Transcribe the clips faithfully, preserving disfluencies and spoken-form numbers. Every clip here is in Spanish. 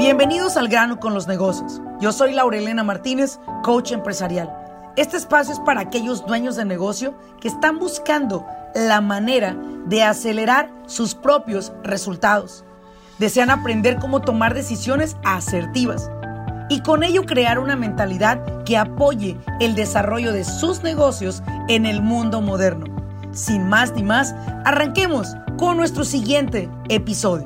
Bienvenidos al grano con los negocios. Yo soy Laurelena Martínez, coach empresarial. Este espacio es para aquellos dueños de negocio que están buscando la manera de acelerar sus propios resultados. Desean aprender cómo tomar decisiones asertivas y con ello crear una mentalidad que apoye el desarrollo de sus negocios en el mundo moderno. Sin más ni más, arranquemos con nuestro siguiente episodio.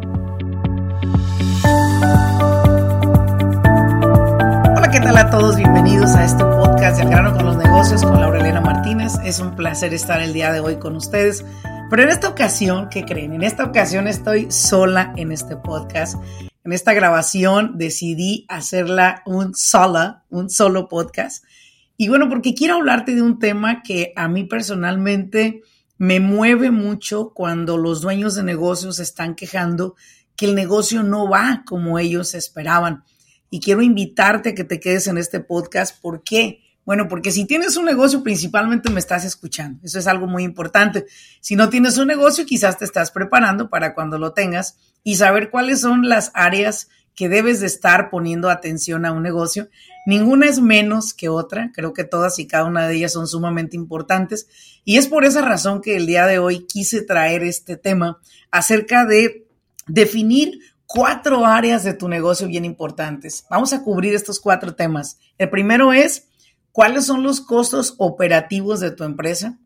Hola, ¿qué tal a todos? Bienvenidos a este podcast de Al grano con los negocios con Laurelena Martínez. Es un placer estar el día de hoy con ustedes. Pero en esta ocasión, ¿qué creen? En esta ocasión estoy sola en este podcast. En esta grabación decidí hacerla un sola, un solo podcast. Y bueno, porque quiero hablarte de un tema que a mí personalmente me mueve mucho cuando los dueños de negocios se están quejando que el negocio no va como ellos esperaban. Y quiero invitarte a que te quedes en este podcast. ¿Por qué? Bueno, porque si tienes un negocio, principalmente me estás escuchando. Eso es algo muy importante. Si no tienes un negocio, quizás te estás preparando para cuando lo tengas y saber cuáles son las áreas que debes de estar poniendo atención a un negocio. Ninguna es menos que otra. Creo que todas y cada una de ellas son sumamente importantes. Y es por esa razón que el día de hoy quise traer este tema acerca de definir cuatro áreas de tu negocio bien importantes. Vamos a cubrir estos cuatro temas. El primero es, ¿cuáles son los costos operativos de tu empresa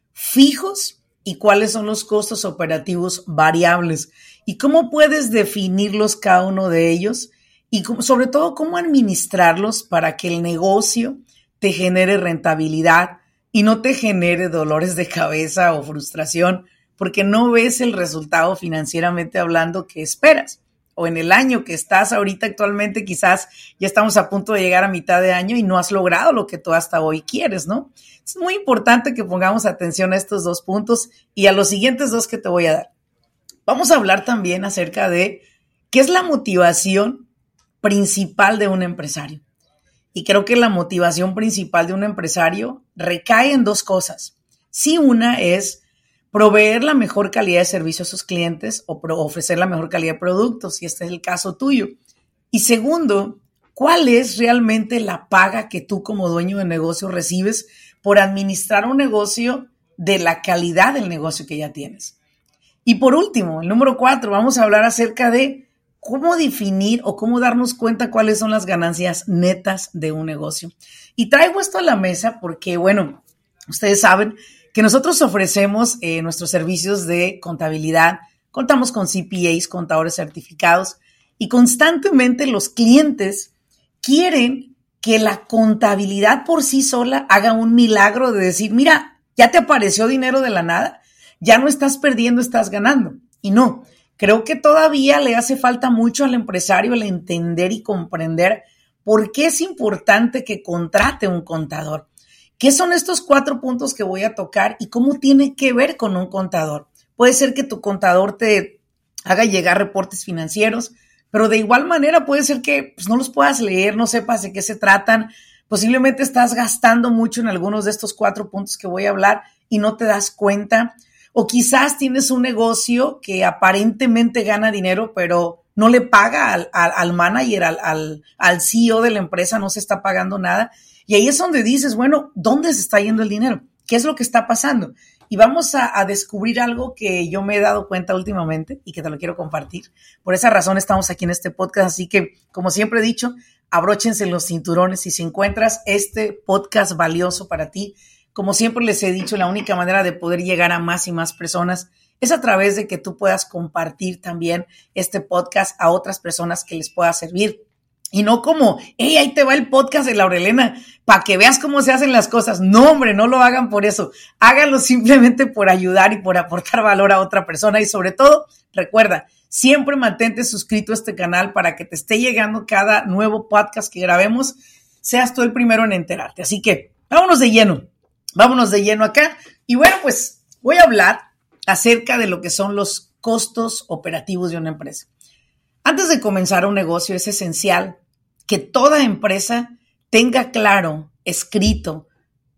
fijos y cuáles son los costos operativos variables? ¿Y cómo puedes definirlos cada uno de ellos? Y sobre todo, ¿cómo administrarlos para que el negocio te genere rentabilidad y no te genere dolores de cabeza o frustración porque no ves el resultado financieramente hablando que esperas? O en el año que estás ahorita actualmente, quizás ya estamos a punto de llegar a mitad de año y no has logrado lo que tú hasta hoy quieres, ¿no? Es muy importante que pongamos atención a estos dos puntos y a los siguientes dos que te voy a dar. Vamos a hablar también acerca de qué es la motivación principal de un empresario. Y creo que la motivación principal de un empresario recae en dos cosas. Sí, una es proveer la mejor calidad de servicio a sus clientes o ofrecer la mejor calidad de productos, si este es el caso tuyo. Y segundo, ¿cuál es realmente la paga que tú como dueño de negocio recibes por administrar un negocio de la calidad del negocio que ya tienes? Y por último, el número cuatro, vamos a hablar acerca de cómo definir o cómo darnos cuenta cuáles son las ganancias netas de un negocio. Y traigo esto a la mesa porque, bueno, ustedes saben que nosotros ofrecemos eh, nuestros servicios de contabilidad, contamos con C P As, contadores certificados, y constantemente los clientes quieren que la contabilidad por sí sola haga un milagro de decir, mira, ya te apareció dinero de la nada, ya no estás perdiendo, estás ganando. Y no, creo que todavía le hace falta mucho al empresario el entender y comprender por qué es importante que contrate un contador. ¿Qué son estos cuatro puntos que voy a tocar y cómo tiene que ver con un contador? Puede ser que tu contador te haga llegar reportes financieros, pero de igual manera puede ser que pues, no los puedas leer, no sepas de qué se tratan. Posiblemente estás gastando mucho en algunos de estos cuatro puntos que voy a hablar y no te das cuenta. O quizás tienes un negocio que aparentemente gana dinero, pero no le paga al, al, al manager, al, al, al C E O de la empresa, no se está pagando nada. Y ahí es donde dices, bueno, ¿dónde se está yendo el dinero? ¿Qué es lo que está pasando? Y vamos a, a descubrir algo que yo me he dado cuenta últimamente y que te lo quiero compartir. Por esa razón estamos aquí en este podcast. Así que, como siempre he dicho, abróchense los cinturones y si encuentras este podcast valioso para ti, como siempre les he dicho, la única manera de poder llegar a más y más personas es a través de que tú puedas compartir también este podcast a otras personas que les pueda servir. Y no como, hey, ahí te va el podcast de Laurelena para que veas cómo se hacen las cosas. No, hombre, no lo hagan por eso. Háganlo simplemente por ayudar y por aportar valor a otra persona. Y sobre todo, recuerda, siempre mantente suscrito a este canal para que te esté llegando cada nuevo podcast que grabemos. Seas tú el primero en enterarte. Así que vámonos de lleno. Vámonos de lleno acá. Y bueno, pues voy a hablar acerca de lo que son los costos operativos de una empresa. Antes de comenzar un negocio es esencial que toda empresa tenga claro, escrito,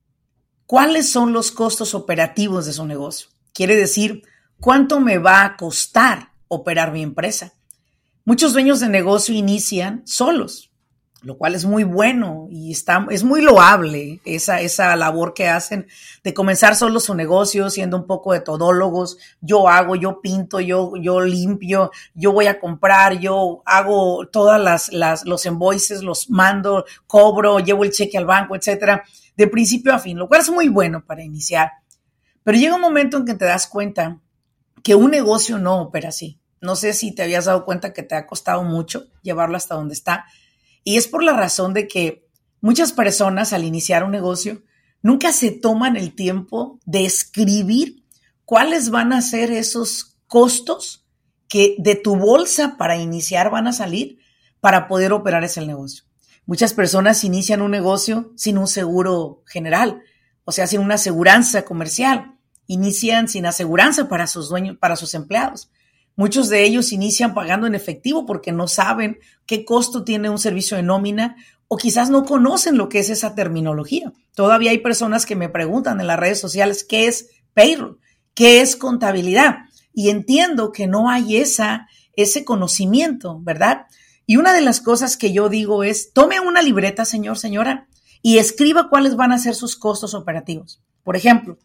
cuáles son los costos operativos de su negocio. Quiere decir, ¿cuánto me va a costar operar mi empresa? Muchos dueños de negocio inician solos, lo cual es muy bueno y está, es muy loable esa, esa labor que hacen de comenzar solo su negocio, siendo un poco de todólogos. Yo hago, yo pinto, yo, yo limpio, yo voy a comprar, yo hago todas las, las, los invoices, los mando, cobro, llevo el cheque al banco, etcétera, de principio a fin, lo cual es muy bueno para iniciar. Pero llega un momento en que te das cuenta que un negocio no opera así. No sé si te habías dado cuenta que te ha costado mucho llevarlo hasta donde está. Y es por la razón de que muchas personas al iniciar un negocio nunca se toman el tiempo de escribir cuáles van a ser esos costos que de tu bolsa para iniciar van a salir para poder operar ese negocio. Muchas personas inician un negocio sin un seguro general, o sea, sin una aseguranza comercial. Inician sin aseguranza para sus dueños, para sus empleados. Muchos de ellos inician pagando en efectivo porque no saben qué costo tiene un servicio de nómina o quizás no conocen lo que es esa terminología. Todavía hay personas que me preguntan en las redes sociales qué es payroll, qué es contabilidad. Y entiendo que no hay esa, ese conocimiento, ¿verdad? Y una de las cosas que yo digo es, tome una libreta, señor, señora, y escriba cuáles van a ser sus costos operativos. Por ejemplo,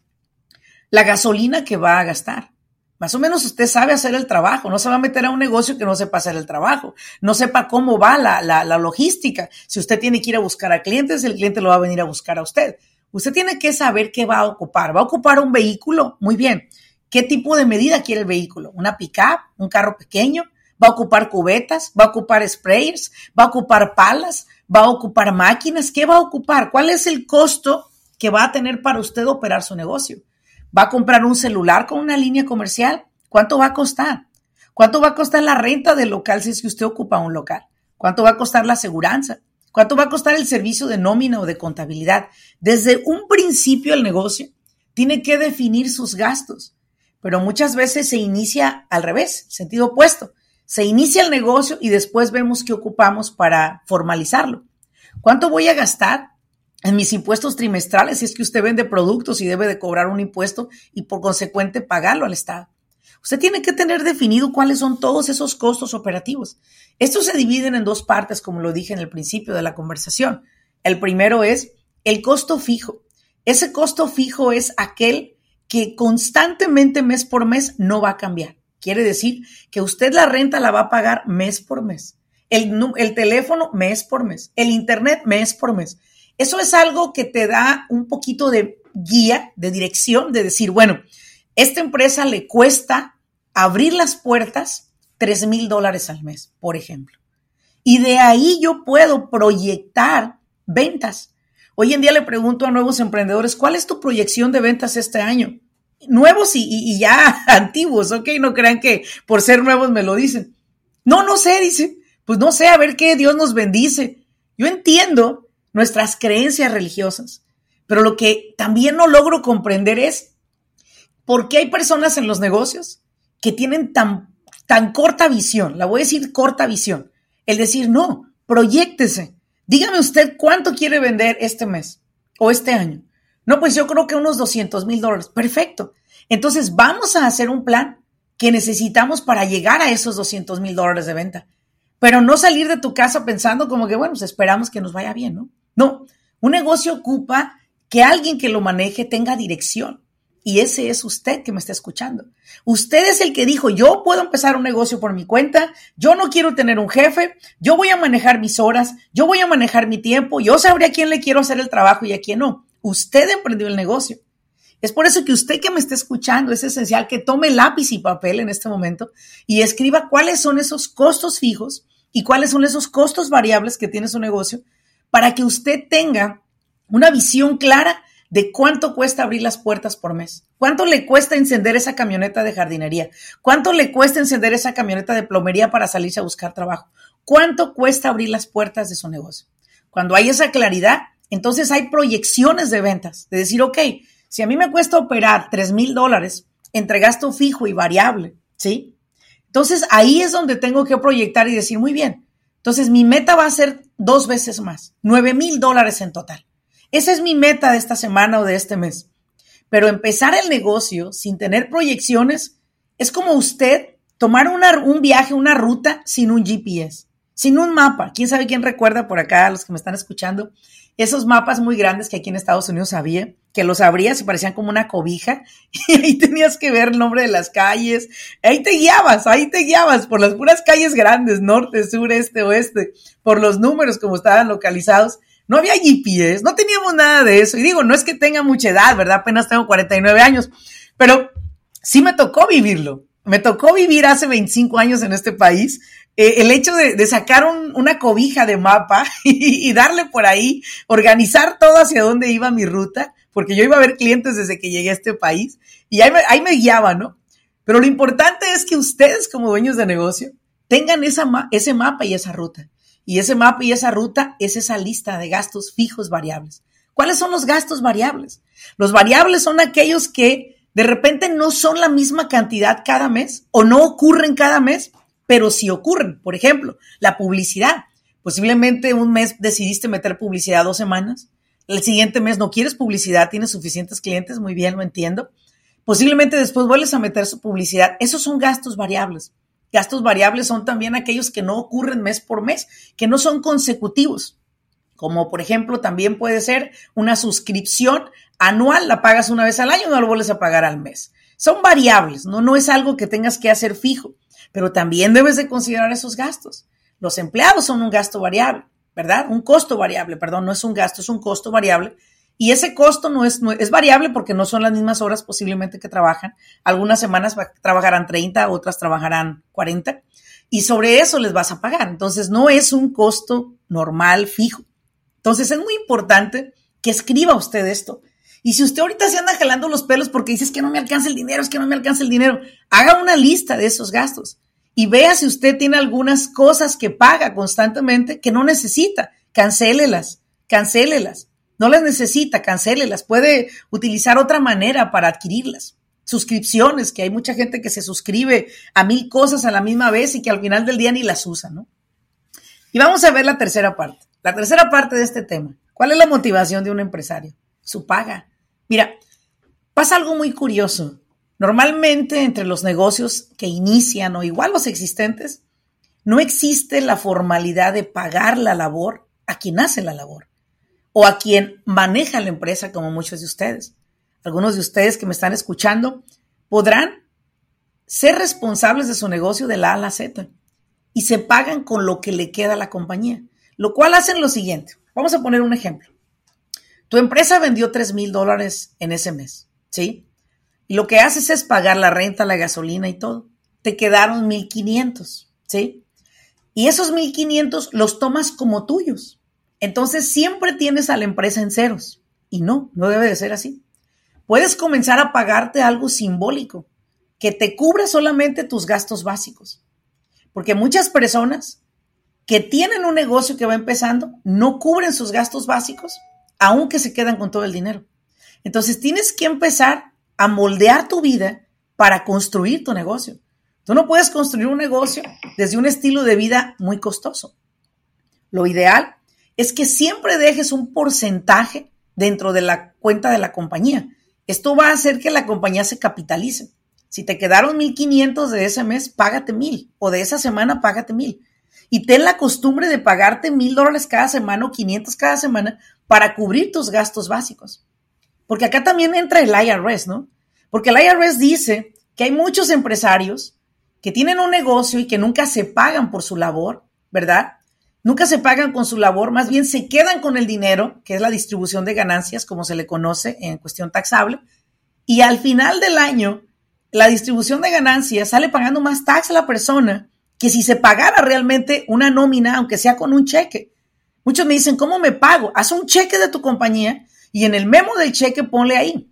la gasolina que va a gastar. Más o menos usted sabe hacer el trabajo, no se va a meter a un negocio que no sepa hacer el trabajo, no sepa cómo va la, la, la logística. Si usted tiene que ir a buscar a clientes, el cliente lo va a venir a buscar a usted. Usted tiene que saber qué va a ocupar. ¿Va a ocupar un vehículo? Muy bien. ¿Qué tipo de medida quiere el vehículo? ¿Una pick-up? ¿Un carro pequeño? ¿Va a ocupar cubetas? ¿Va a ocupar sprayers? ¿Va a ocupar palas? ¿Va a ocupar máquinas? ¿Qué va a ocupar? ¿Cuál es el costo que va a tener para usted operar su negocio? ¿Va a comprar un celular con una línea comercial? ¿Cuánto va a costar? ¿Cuánto va a costar la renta del local si es que usted ocupa un local? ¿Cuánto va a costar la aseguranza? ¿Cuánto va a costar el servicio de nómina o de contabilidad? Desde un principio el negocio tiene que definir sus gastos, pero muchas veces se inicia al revés, sentido opuesto. Se inicia el negocio y después vemos qué ocupamos para formalizarlo. ¿Cuánto voy a gastar en mis impuestos trimestrales si es que usted vende productos y debe de cobrar un impuesto y por consecuente pagarlo al Estado? Usted tiene que tener definido cuáles son todos esos costos operativos. Estos se dividen en dos partes, como lo dije en el principio de la conversación. El primero es el costo fijo. Ese costo fijo es aquel que constantemente mes por mes no va a cambiar. Quiere decir que usted la renta la va a pagar mes por mes. El, el teléfono mes por mes. El internet mes por mes. Eso es algo que te da un poquito de guía, de dirección, de decir, bueno, esta empresa le cuesta abrir las puertas tres mil dólares al mes, por ejemplo. Y de ahí yo puedo proyectar ventas. Hoy en día le pregunto a nuevos emprendedores, ¿cuál es tu proyección de ventas este año? Nuevos y, y, y ya antiguos, ¿ok? No crean que por ser nuevos me lo dicen. No, no sé, dice. Pues no sé, a ver qué Dios nos bendice. Yo entiendo nuestras creencias religiosas, pero lo que también no logro comprender es por qué hay personas en los negocios que tienen tan, tan corta visión. La voy a decir corta visión. El decir, no, proyéctese. Dígame usted cuánto quiere vender este mes o este año. No, pues yo creo que unos doscientos mil dólares. Perfecto. Entonces vamos a hacer un plan que necesitamos para llegar a esos doscientos mil dólares de venta. Pero no salir de tu casa pensando como que, bueno, pues esperamos que nos vaya bien, ¿no? No, un negocio ocupa que alguien que lo maneje tenga dirección. Y ese es usted que me está escuchando. Usted es el que dijo, yo puedo empezar un negocio por mi cuenta, yo no quiero tener un jefe, yo voy a manejar mis horas, yo voy a manejar mi tiempo, yo sabré a quién le quiero hacer el trabajo y a quién no. Usted emprendió el negocio. Es por eso que usted que me está escuchando es esencial que tome lápiz y papel en este momento y escriba cuáles son esos costos fijos y cuáles son esos costos variables que tiene su negocio para que usted tenga una visión clara de cuánto cuesta abrir las puertas por mes, cuánto le cuesta encender esa camioneta de jardinería, cuánto le cuesta encender esa camioneta de plomería para salirse a buscar trabajo, cuánto cuesta abrir las puertas de su negocio. Cuando hay esa claridad, entonces hay proyecciones de ventas, de decir, ok, si a mí me cuesta operar tres mil dólares entre gasto fijo y variable, ¿sí? Entonces ahí es donde tengo que proyectar y decir, muy bien, entonces mi meta va a ser dos veces más, nueve mil dólares en total. Esa es mi meta de esta semana o de este mes. Pero empezar el negocio sin tener proyecciones es como usted tomar una, un viaje, una ruta sin un G P S, sin un mapa. ¿Quién sabe quién recuerda por acá, los que me están escuchando, esos mapas muy grandes que aquí en Estados Unidos había, que los abrías y parecían como una cobija y ahí tenías que ver el nombre de las calles, ahí te guiabas, ahí te guiabas por las puras calles grandes, norte, sur, este, oeste, por los números como estaban localizados. No había G P S, no teníamos nada de eso. Y digo, no es que tenga mucha edad, ¿verdad? Apenas tengo cuarenta y nueve años, pero sí me tocó vivirlo. Me tocó vivir hace veinticinco años en este país. Eh, el hecho de, de sacar un, una cobija de mapa y, y darle por ahí, organizar todo hacia dónde iba mi ruta, porque yo iba a ver clientes desde que llegué a este país y ahí me, ahí me guiaba, ¿no? Pero lo importante es que ustedes como dueños de negocio tengan esa, ese mapa y esa ruta. Y ese mapa y esa ruta es esa lista de gastos fijos variables. ¿Cuáles son los gastos variables? Los variables son aquellos que de repente no son la misma cantidad cada mes o no ocurren cada mes, pero sí ocurren. Por ejemplo, la publicidad. Posiblemente un mes decidiste meter publicidad dos semanas. El siguiente mes no quieres publicidad, tienes suficientes clientes, muy bien, lo entiendo. Posiblemente después vuelves a meter su publicidad. Esos son gastos variables. Gastos variables son también aquellos que no ocurren mes por mes, que no son consecutivos. Como por ejemplo también puede ser una suscripción anual, la pagas una vez al año y no lo vuelves a pagar al mes. Son variables, ¿no? No es algo que tengas que hacer fijo, pero también debes de considerar esos gastos. Los empleados son un gasto variable, ¿verdad? Un costo variable, perdón, no es un gasto, es un costo variable. Y ese costo no es, no es variable porque no son las mismas horas posiblemente que trabajan. Algunas semanas trabajarán treinta, otras trabajarán cuarenta. Y sobre eso les vas a pagar. Entonces no es un costo normal, fijo. Entonces es muy importante que escriba usted esto. Y si usted ahorita se anda jalando los pelos porque dice es que no me alcanza el dinero, es que no me alcanza el dinero, haga una lista de esos gastos y vea si usted tiene algunas cosas que paga constantemente que no necesita. Cancélelas, cancélelas. No las necesita, cancélelas. Puede utilizar otra manera para adquirirlas. Suscripciones, que hay mucha gente que se suscribe a mil cosas a la misma vez y que al final del día ni las usa, ¿no? Y vamos a ver la tercera parte. La tercera parte de este tema. ¿Cuál es la motivación de un empresario? Su paga. Mira, pasa algo muy curioso. Normalmente entre los negocios que inician o igual los existentes, no existe la formalidad de pagar la labor a quien hace la labor o a quien maneja la empresa, como muchos de ustedes. Algunos de ustedes que me están escuchando podrán ser responsables de su negocio de la A a la Z y se pagan con lo que le queda a la compañía, lo cual hacen lo siguiente. Vamos a poner un ejemplo. Tu empresa vendió tres mil dólares en ese mes, ¿sí? Y lo que haces es pagar la renta, la gasolina y todo. Te quedaron mil quinientos, ¿sí? Y esos mil quinientos los tomas como tuyos. Entonces siempre tienes a la empresa en ceros. Y no, no debe de ser así. Puedes comenzar a pagarte algo simbólico que te cubra solamente tus gastos básicos. Porque muchas personas que tienen un negocio que va empezando no cubren sus gastos básicos, aunque se quedan con todo el dinero. Entonces tienes que empezar a moldear tu vida para construir tu negocio. Tú no puedes construir un negocio desde un estilo de vida muy costoso. Lo ideal es que siempre dejes un porcentaje dentro de la cuenta de la compañía. Esto va a hacer que la compañía se capitalice. Si te quedaron mil quinientos de ese mes, págate mil, o de esa semana, págate mil. Y ten la costumbre de pagarte mil dólares cada semana o quinientos cada semana para cubrir tus gastos básicos. Porque acá también entra el I R S, ¿no? Porque el I R S dice que hay muchos empresarios que tienen un negocio y que nunca se pagan por su labor, ¿verdad? Nunca se pagan con su labor, más bien se quedan con el dinero, que es la distribución de ganancias, como se le conoce en cuestión taxable, y al final del año, la distribución de ganancias sale pagando más tax a la persona que si se pagara realmente una nómina, aunque sea con un cheque. Muchos me dicen, ¿cómo me pago? Haz un cheque de tu compañía y en el memo del cheque ponle ahí,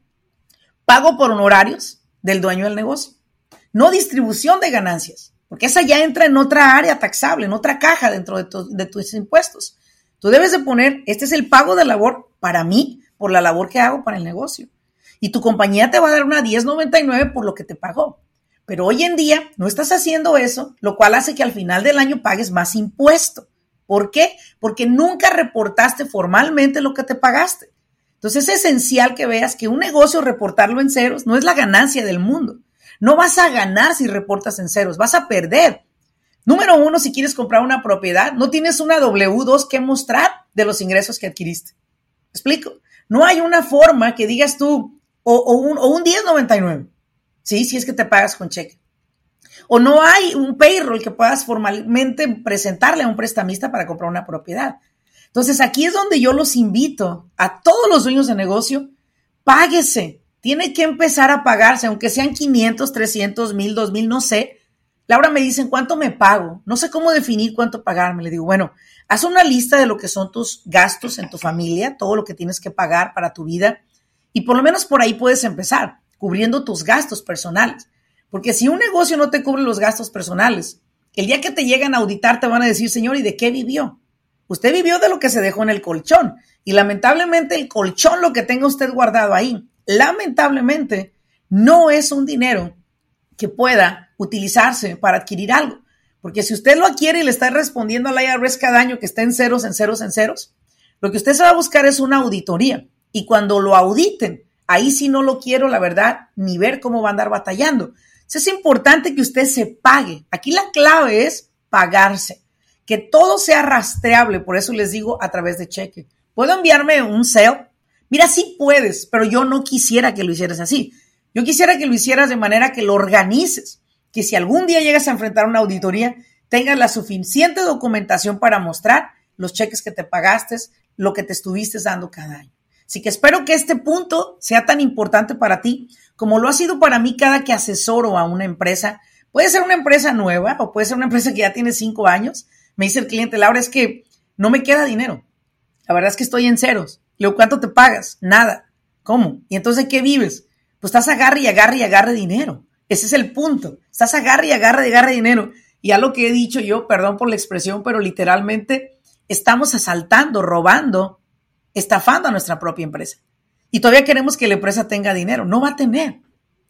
pago por honorarios del dueño del negocio, no distribución de ganancias. Porque esa ya entra en otra área taxable, en otra caja dentro de, tu, de tus impuestos. Tú debes de poner, este es el pago de labor para mí, por la labor que hago para el negocio. Y tu compañía te va a dar una diez noventa y nueve por lo que te pagó. Pero hoy en día no estás haciendo eso, lo cual hace que al final del año pagues más impuesto. ¿Por qué? Porque nunca reportaste formalmente lo que te pagaste. Entonces es esencial que veas que un negocio reportarlo en ceros no es la ganancia del mundo. No vas a ganar si reportas en ceros, vas a perder. Número uno, si quieres comprar una propiedad, no tienes una W dos que mostrar de los ingresos que adquiriste. ¿Me explico? No hay una forma que digas tú, o, o un, o un diez noventa y nueve, ¿sí? Si es que te pagas con cheque. O no hay un payroll que puedas formalmente presentarle a un prestamista para comprar una propiedad. Entonces, aquí es donde yo los invito a todos los dueños de negocio, páguese. Tiene que empezar a pagarse, aunque sean quinientos, trescientos, mil, dos mil, no sé. Laura me dicen, ¿cuánto me pago? No sé cómo definir cuánto pagarme. Le digo, bueno, haz una lista de lo que son tus gastos en tu familia, todo lo que tienes que pagar para tu vida, y por lo menos por ahí puedes empezar, cubriendo tus gastos personales. Porque si un negocio no te cubre los gastos personales, el día que te llegan a auditar te van a decir, señor, ¿y de qué vivió? Usted vivió de lo que se dejó en el colchón. Y lamentablemente el colchón, lo que tenga usted guardado ahí, lamentablemente no es un dinero que pueda utilizarse para adquirir algo. Porque si usted lo adquiere y le está respondiendo al I R S cada año que está en ceros, en ceros, en ceros, lo que usted se va a buscar es una auditoría. Y cuando lo auditen, ahí sí no lo quiero, la verdad, ni ver cómo va a andar batallando. Entonces es importante que usted se pague. Aquí la clave es pagarse. Que todo sea rastreable, por eso les digo a través de cheque. ¿Puedo enviarme un sale? Mira, sí puedes, pero yo no quisiera que lo hicieras así. Yo quisiera que lo hicieras de manera que lo organices, que si algún día llegas a enfrentar una auditoría, tengas la suficiente documentación para mostrar los cheques que te pagaste, lo que te estuviste dando cada año. Así que espero que este punto sea tan importante para ti como lo ha sido para mí cada que asesoro a una empresa. Puede ser una empresa nueva o puede ser una empresa que ya tiene cinco años. Me dice el cliente, Laura, es que no me queda dinero. La verdad es que estoy en ceros. Le digo, ¿cuánto te pagas? Nada. ¿Cómo? ¿Y entonces qué vives? Pues estás agarre y agarre y agarre dinero. Ese es el punto. Estás agarre y agarre y agarre dinero. Y ya lo que he dicho yo, perdón por la expresión, pero literalmente estamos asaltando, robando, estafando a nuestra propia empresa. Y todavía queremos que la empresa tenga dinero. No va a tener.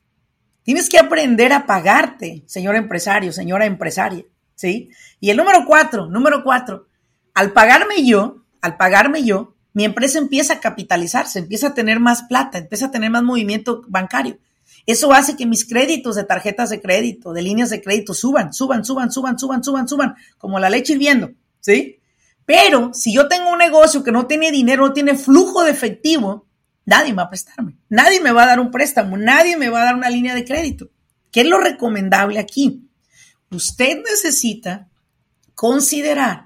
Tienes que aprender a pagarte, señor empresario, señora empresaria. ¿Sí? Y el número cuatro, número cuatro, al pagarme yo, al pagarme yo, mi empresa empieza a capitalizarse, empieza a tener más plata, empieza a tener más movimiento bancario. Eso hace que mis créditos de tarjetas de crédito, de líneas de crédito suban, suban, suban, suban, suban, suban, suban, como la leche hirviendo, ¿sí? Pero si yo tengo un negocio que no tiene dinero, no tiene flujo de efectivo, nadie me va a prestarme, nadie me va a dar un préstamo, nadie me va a dar una línea de crédito. ¿Qué es lo recomendable aquí? Usted necesita considerar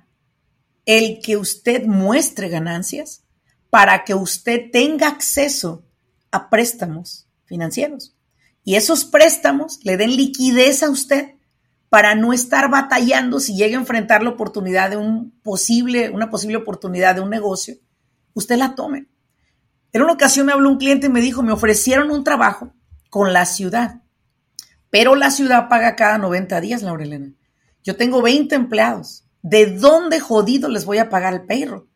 el que usted muestre ganancias para que usted tenga acceso a préstamos financieros. Y esos préstamos le den liquidez a usted para no estar batallando si llega a enfrentar la oportunidad de un posible, una posible oportunidad de un negocio, usted la tome. En una ocasión me habló un cliente y me dijo, me ofrecieron un trabajo con la ciudad, pero la ciudad paga cada noventa días, Laura Elena. Yo tengo veinte empleados. ¿De dónde jodido les voy a pagar el payroll?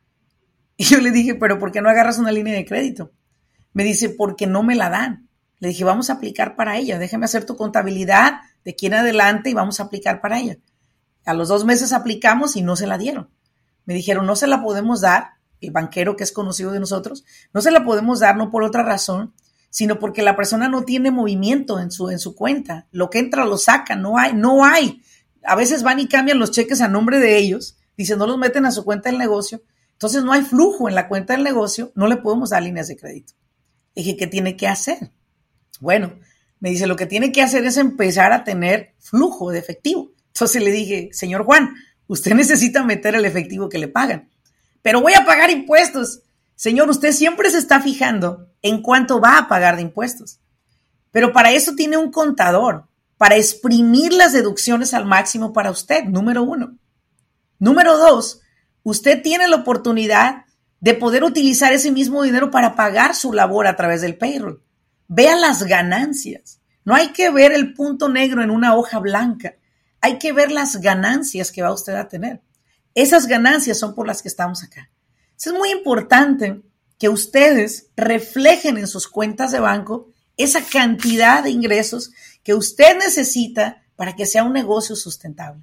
Y yo le dije, pero ¿por qué no agarras una línea de crédito? Me dice, porque no me la dan. Le dije, vamos a aplicar para ella. Déjame hacer tu contabilidad de aquí en adelante y vamos a aplicar para ella. A los dos meses aplicamos y no se la dieron. Me dijeron, no se la podemos dar, el banquero que es conocido de nosotros, no se la podemos dar no por otra razón, sino porque la persona no tiene movimiento en su, en su cuenta. Lo que entra lo saca, no hay, no hay. A veces van y cambian los cheques a nombre de ellos, dicen, no los meten a su cuenta del negocio, entonces no hay flujo en la cuenta del negocio, no le podemos dar líneas de crédito. Le dije, ¿qué tiene que hacer? Bueno, me dice, lo que tiene que hacer es empezar a tener flujo de efectivo. Entonces le dije, señor Juan, usted necesita meter el efectivo que le pagan. Pero voy a pagar impuestos. Señor, usted siempre se está fijando en cuánto va a pagar de impuestos. Pero para eso tiene un contador, para exprimir las deducciones al máximo para usted, número uno. Número dos, usted tiene la oportunidad de poder utilizar ese mismo dinero para pagar su labor a través del payroll. Vea las ganancias. No hay que ver el punto negro en una hoja blanca. Hay que ver las ganancias que va usted a tener. Esas ganancias son por las que estamos acá. Es muy importante que ustedes reflejen en sus cuentas de banco esa cantidad de ingresos que usted necesita para que sea un negocio sustentable.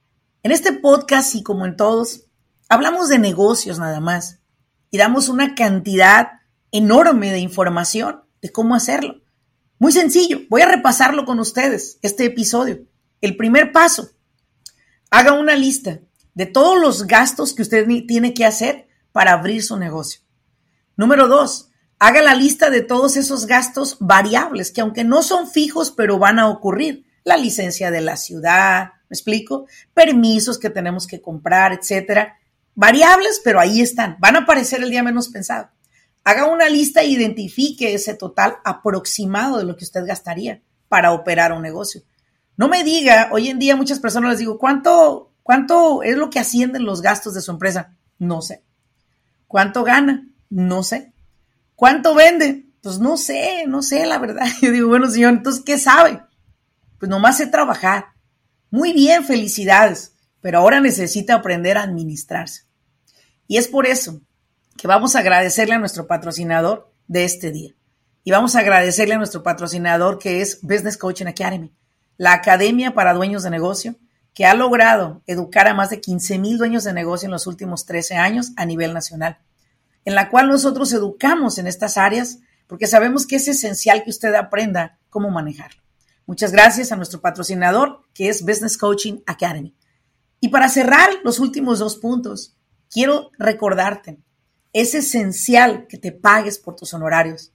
En este podcast, y como en todos, hablamos de negocios nada más y damos una cantidad enorme de información de cómo hacerlo. Muy sencillo, voy a repasarlo con ustedes, este episodio. El primer paso, haga una lista de todos los gastos que usted tiene que hacer para abrir su negocio. Número dos, haga la lista de todos esos gastos variables que aunque no son fijos, pero van a ocurrir. La licencia de la ciudad, ¿me explico? Permisos que tenemos que comprar, etcétera. Variables, pero ahí están. Van a aparecer el día menos pensado. Haga una lista e identifique ese total aproximado de lo que usted gastaría para operar un negocio. No me diga, hoy en día muchas personas les digo, ¿cuánto, cuánto es lo que ascienden los gastos de su empresa? No sé. ¿Cuánto gana? No sé. ¿Cuánto vende? Pues no sé, no sé la verdad. Yo digo, bueno, señor, entonces, ¿qué sabe? Pues nomás sé trabajar. Muy bien, felicidades, pero ahora necesita aprender a administrarse. Y es por eso que vamos a agradecerle a nuestro patrocinador de este día. Y vamos a agradecerle a nuestro patrocinador que es Business Coaching Academy, la academia para dueños de negocio que ha logrado educar a más de quince mil dueños de negocio en los últimos trece años a nivel nacional, en la cual nosotros educamos en estas áreas porque sabemos que es esencial que usted aprenda cómo manejarlo. Muchas gracias a nuestro patrocinador, que es Business Coaching Academy. Y para cerrar los últimos dos puntos, quiero recordarte, es esencial que te pagues por tus honorarios.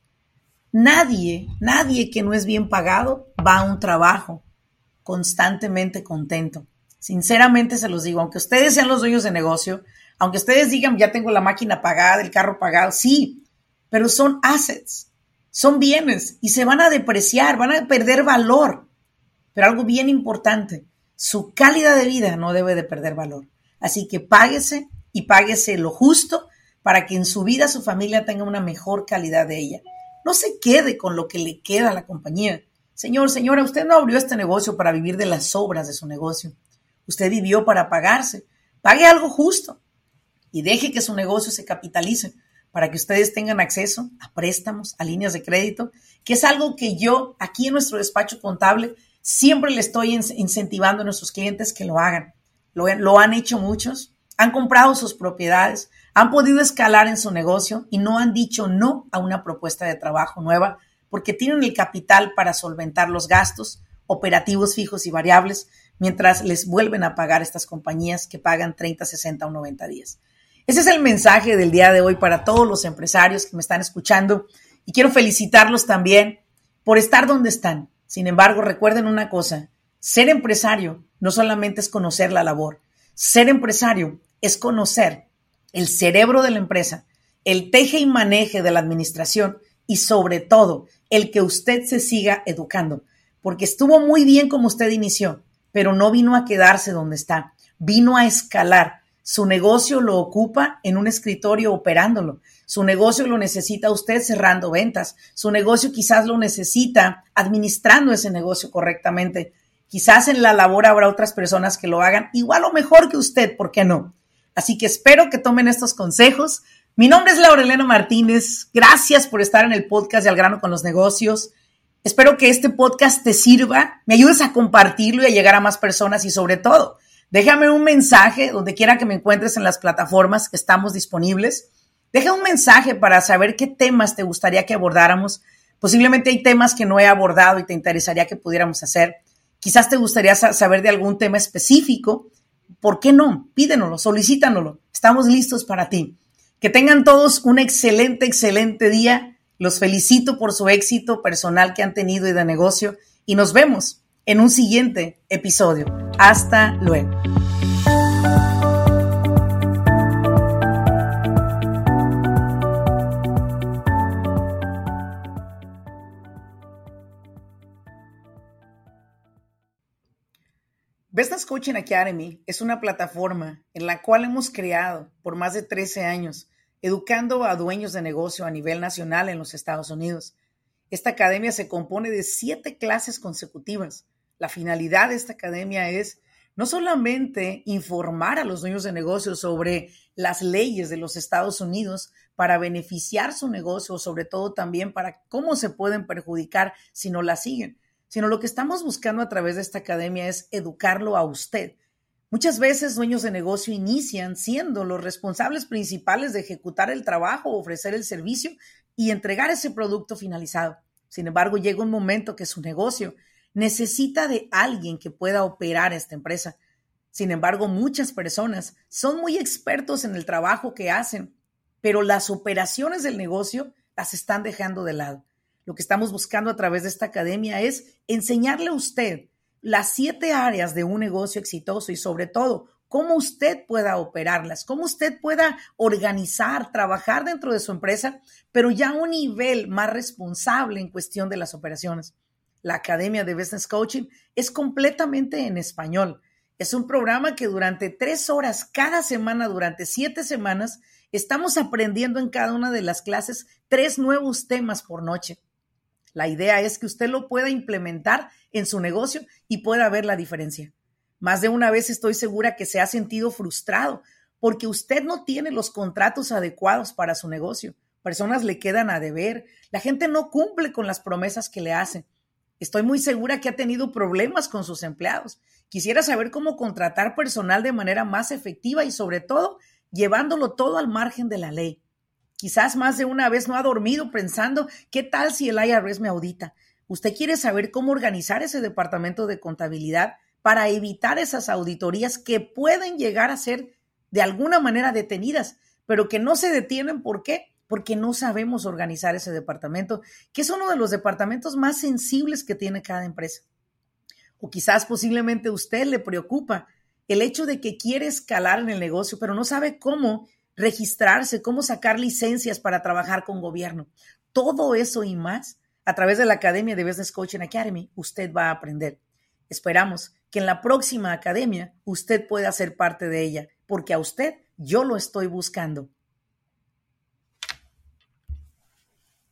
Nadie, nadie que no es bien pagado va a un trabajo constantemente contento. Sinceramente se los digo, aunque ustedes sean los dueños de negocio, aunque ustedes digan, ya tengo la máquina pagada, el carro pagado, sí, pero son assets. Son bienes y se van a depreciar, van a perder valor. Pero algo bien importante, su calidad de vida no debe de perder valor. Así que páguese y páguese lo justo para que en su vida su familia tenga una mejor calidad de ella. No se quede con lo que le queda a la compañía. Señor, señora, usted no abrió este negocio para vivir de las sobras de su negocio. Usted vivió para pagarse. Pague algo justo y deje que su negocio se capitalice, para que ustedes tengan acceso a préstamos, a líneas de crédito, que es algo que yo aquí en nuestro despacho contable siempre le estoy incentivando a nuestros clientes que lo hagan. Lo, lo han hecho muchos, han comprado sus propiedades, han podido escalar en su negocio y no han dicho no a una propuesta de trabajo nueva porque tienen el capital para solventar los gastos operativos fijos y variables mientras les vuelven a pagar estas compañías que pagan treinta, sesenta o noventa días. Ese es el mensaje del día de hoy para todos los empresarios que me están escuchando y quiero felicitarlos también por estar donde están. Sin embargo, recuerden una cosa, ser empresario no solamente es conocer la labor, ser empresario es conocer el cerebro de la empresa, el teje y maneje de la administración y sobre todo el que usted se siga educando, porque estuvo muy bien como usted inició, pero no vino a quedarse donde está, vino a escalar. Su negocio lo ocupa en un escritorio operándolo. Su negocio lo necesita usted cerrando ventas. Su negocio quizás lo necesita administrando ese negocio correctamente. Quizás en la labor habrá otras personas que lo hagan igual o mejor que usted, ¿por qué no? Así que espero que tomen estos consejos. Mi nombre es Laurelena Martínez. Gracias por estar en el podcast de Al Grano con los Negocios. Espero que este podcast te sirva, me ayudes a compartirlo y a llegar a más personas y sobre todo, déjame un mensaje donde quiera que me encuentres en las plataformas que estamos disponibles. Deja un mensaje para saber qué temas te gustaría que abordáramos. Posiblemente hay temas que no he abordado y te interesaría que pudiéramos hacer. Quizás te gustaría saber de algún tema específico. ¿Por qué no? Pídenoslo, solicítanoslo. Estamos listos para ti. Que tengan todos un excelente, excelente día. Los felicito por su éxito personal que han tenido y de negocio. Y nos vemos en un siguiente episodio. Hasta luego. Business Coaching Academy es una plataforma en la cual hemos creado por más de trece años, educando a dueños de negocio a nivel nacional en los Estados Unidos. Esta academia se compone de siete clases consecutivas. La finalidad de esta academia es no solamente informar a los dueños de negocios sobre las leyes de los Estados Unidos para beneficiar su negocio, sobre todo también para cómo se pueden perjudicar si no la siguen, sino lo que estamos buscando a través de esta academia es educarlo a usted. Muchas veces dueños de negocio inician siendo los responsables principales de ejecutar el trabajo, ofrecer el servicio y entregar ese producto finalizado. Sin embargo, llega un momento que su negocio necesita de alguien que pueda operar esta empresa. Sin embargo, muchas personas son muy expertos en el trabajo que hacen, pero las operaciones del negocio las están dejando de lado. Lo que estamos buscando a través de esta academia es enseñarle a usted las siete áreas de un negocio exitoso y sobre todo, cómo usted pueda operarlas, cómo usted pueda organizar, trabajar dentro de su empresa, pero ya a un nivel más responsable en cuestión de las operaciones. La Academia de Business Coaching es completamente en español. Es un programa que durante tres horas cada semana, durante siete semanas, estamos aprendiendo en cada una de las clases tres nuevos temas por noche. La idea es que usted lo pueda implementar en su negocio y pueda ver la diferencia. Más de una vez estoy segura que se ha sentido frustrado porque usted no tiene los contratos adecuados para su negocio. Personas le quedan a deber. La gente no cumple con las promesas que le hacen. Estoy muy segura que ha tenido problemas con sus empleados. Quisiera saber cómo contratar personal de manera más efectiva y sobre todo llevándolo todo al margen de la ley. Quizás más de una vez no ha dormido pensando, ¿qué tal si el I R S me audita? Usted quiere saber cómo organizar ese departamento de contabilidad para evitar esas auditorías que pueden llegar a ser de alguna manera detenidas, pero que no se detienen. ¿Por qué? Porque no sabemos organizar ese departamento, que es uno de los departamentos más sensibles que tiene cada empresa. O quizás posiblemente a usted le preocupa el hecho de que quiere escalar en el negocio, pero no sabe cómo registrarse, cómo sacar licencias para trabajar con gobierno. Todo eso y más, a través de la Academia de Business Coaching Academy, usted va a aprender. Esperamos que en la próxima academia usted pueda ser parte de ella, porque a usted yo lo estoy buscando.